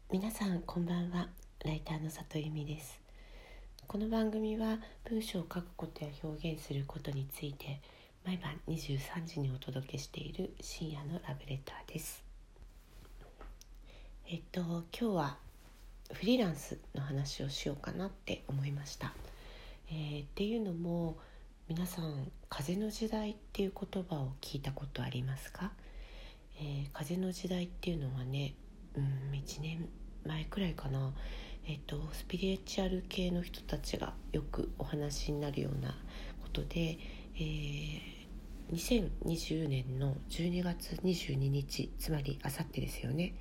皆さんこんばんは。ライターの里由美です。この番組は文章を書くことや表現することについて毎晩23時にお届けしている深夜のラブレターです。今日はフリーランスの話をしようかなって思いました。っていうのも、皆さん風の時代っていう言葉を聞いたことありますか？風の時代っていうのはね、1年前くらいかな、スピリチュアル系の人たちがよくお話になるようなことで、2020年の12月22日、つまりあさってですよね。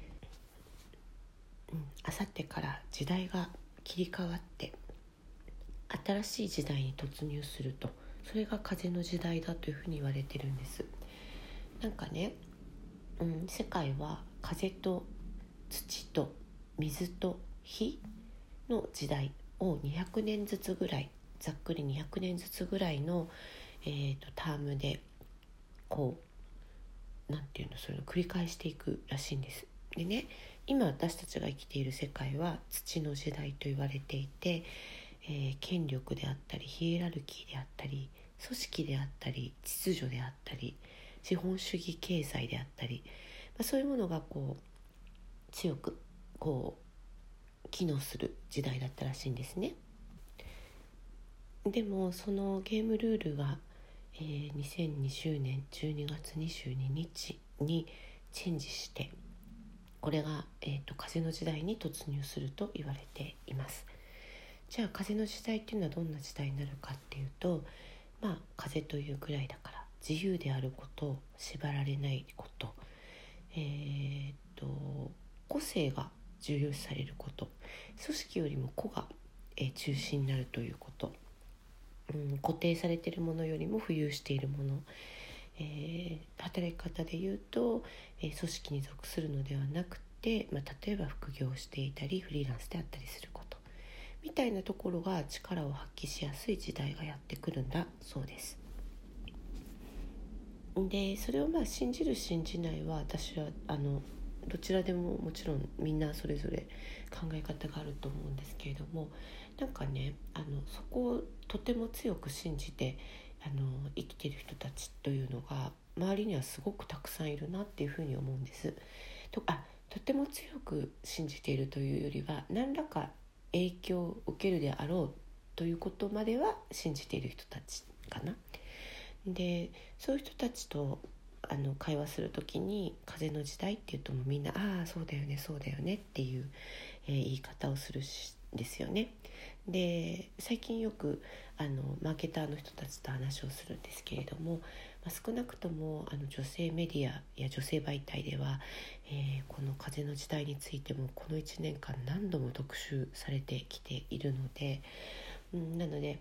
あさってから時代が切り替わって新しい時代に突入すると、それが風の時代だというふうに言われてるんです。なんかね、世界は風と土と水と火の時代を200年ずつぐらい、ざっくり200年ずつぐらいの、タームでそれを繰り返していくらしいんです。でね、今私たちが生きている世界は土の時代と言われていて、権力であったりヒエラルキーであったり組織であったり秩序であったり資本主義経済であったり、そういうものが強く機能する時代だったらしいんですね。でもそのゲームルールが、2020年12月22日にチェンジして、これが、風の時代に突入すると言われています。じゃあ風の時代っていうのはどんな時代になるかっていうと、風というくらいだから自由であること、縛られないこと、個性が重要視されること、組織よりも個が、中心になるということ、固定されているものよりも浮遊しているもの、働き方でいうと、組織に属するのではなくて、例えば副業をしていたりフリーランスであったりすることみたいなところが力を発揮しやすい時代がやってくるんだそうです。でそれを信じる信じないは、私はどちらでももちろんみんなそれぞれ考え方があると思うんですけれども、なんかね、そこをとても強く信じて生きている人たちというのが周りにはすごくたくさんいるなっていうふうに思うんです。とても強く信じているというよりは、何らか影響を受けるであろうということまでは信じている人たちかな。でそういう人たちと会話するときに、風の時代っていうともうみんなそうだよねそうだよねっていう、言い方をするんですよね。で最近よくマーケターの人たちと話をするんですけれども、少なくとも女性メディアや女性媒体では、この風の時代についてもこの1年間何度も特集されてきているので、なので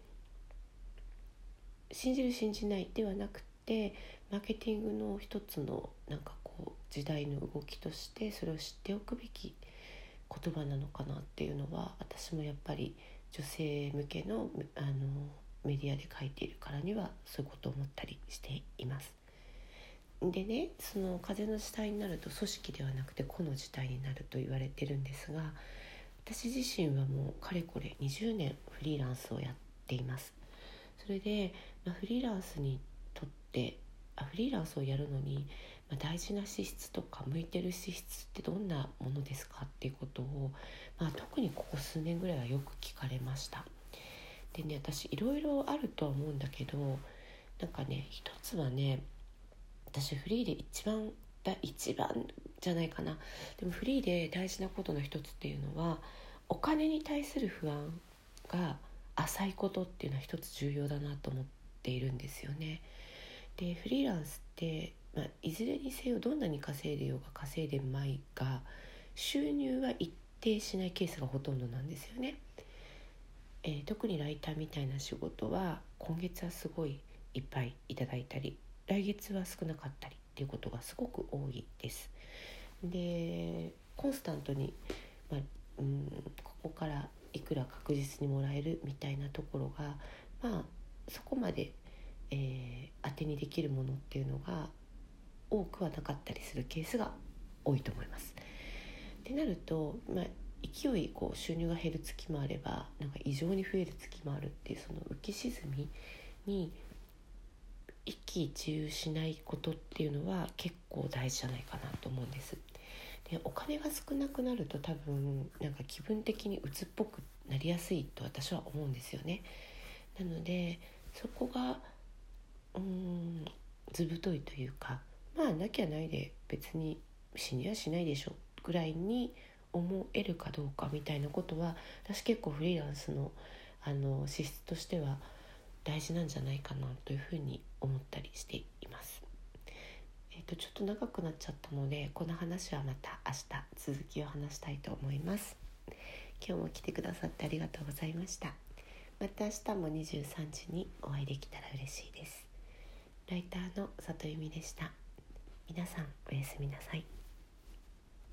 信じる信じないではなくて、マーケティングの一つの時代の動きとしてそれを知っておくべき言葉なのかなっていうのは、私もやっぱり女性向けのメディアで書いているからにはそういうことを思ったりしています。でね、その風の時代になると組織ではなくて個の時代になると言われてるんですが、私自身はもうかれこれ20年フリーランスをやっています。それで、フリーランスにとってフリーランスをやるのに、大事な資質とか向いてる資質ってどんなものですかっていうことを、特にここ数年ぐらいはよく聞かれました。でね、私いろいろあるとは思うんだけど、一つはね、私フリーで一番じゃないかな、でもフリーで大事なことの一つっていうのは、お金に対する不安が浅いことっていうのは一つ重要だなと思っているんですよね。でフリーランスって、いずれにせよどんなに稼いでようが稼いでまいが収入は一定しないケースがほとんどなんですよね。特にライターみたいな仕事は今月はすごいいっぱいいただいたり、来月は少なかったりっていうことがすごく多いです。でコンスタントに、ここからいくら確実にもらえるみたいなところが、そこまで、当てにできるものっていうのが多くはなかったりするケースが多いと思います。 ってなると、勢い収入が減る月もあればなんか異常に増える月もあるっていう、その浮き沈みに一喜一憂しないことっていうのは結構大事じゃないかなと思うんです。で、お金が少なくなると多分なんか気分的に鬱っぽくなりやすいと私は思うんですよね。なのでそこがずぶといというか、なきゃないで別に死にはしないでしょぐらいに思えるかどうかみたいなことは、私結構フリーランスの資質としては大事なんじゃないかなというふうに思ったりしています。ちょっと長くなっちゃったので、この話はまた明日続きを話したいと思います。今日も来てくださってありがとうございました。また明日も23時にお会いできたら嬉しいです。ライターの里由美でした。皆さんおやすみなさい。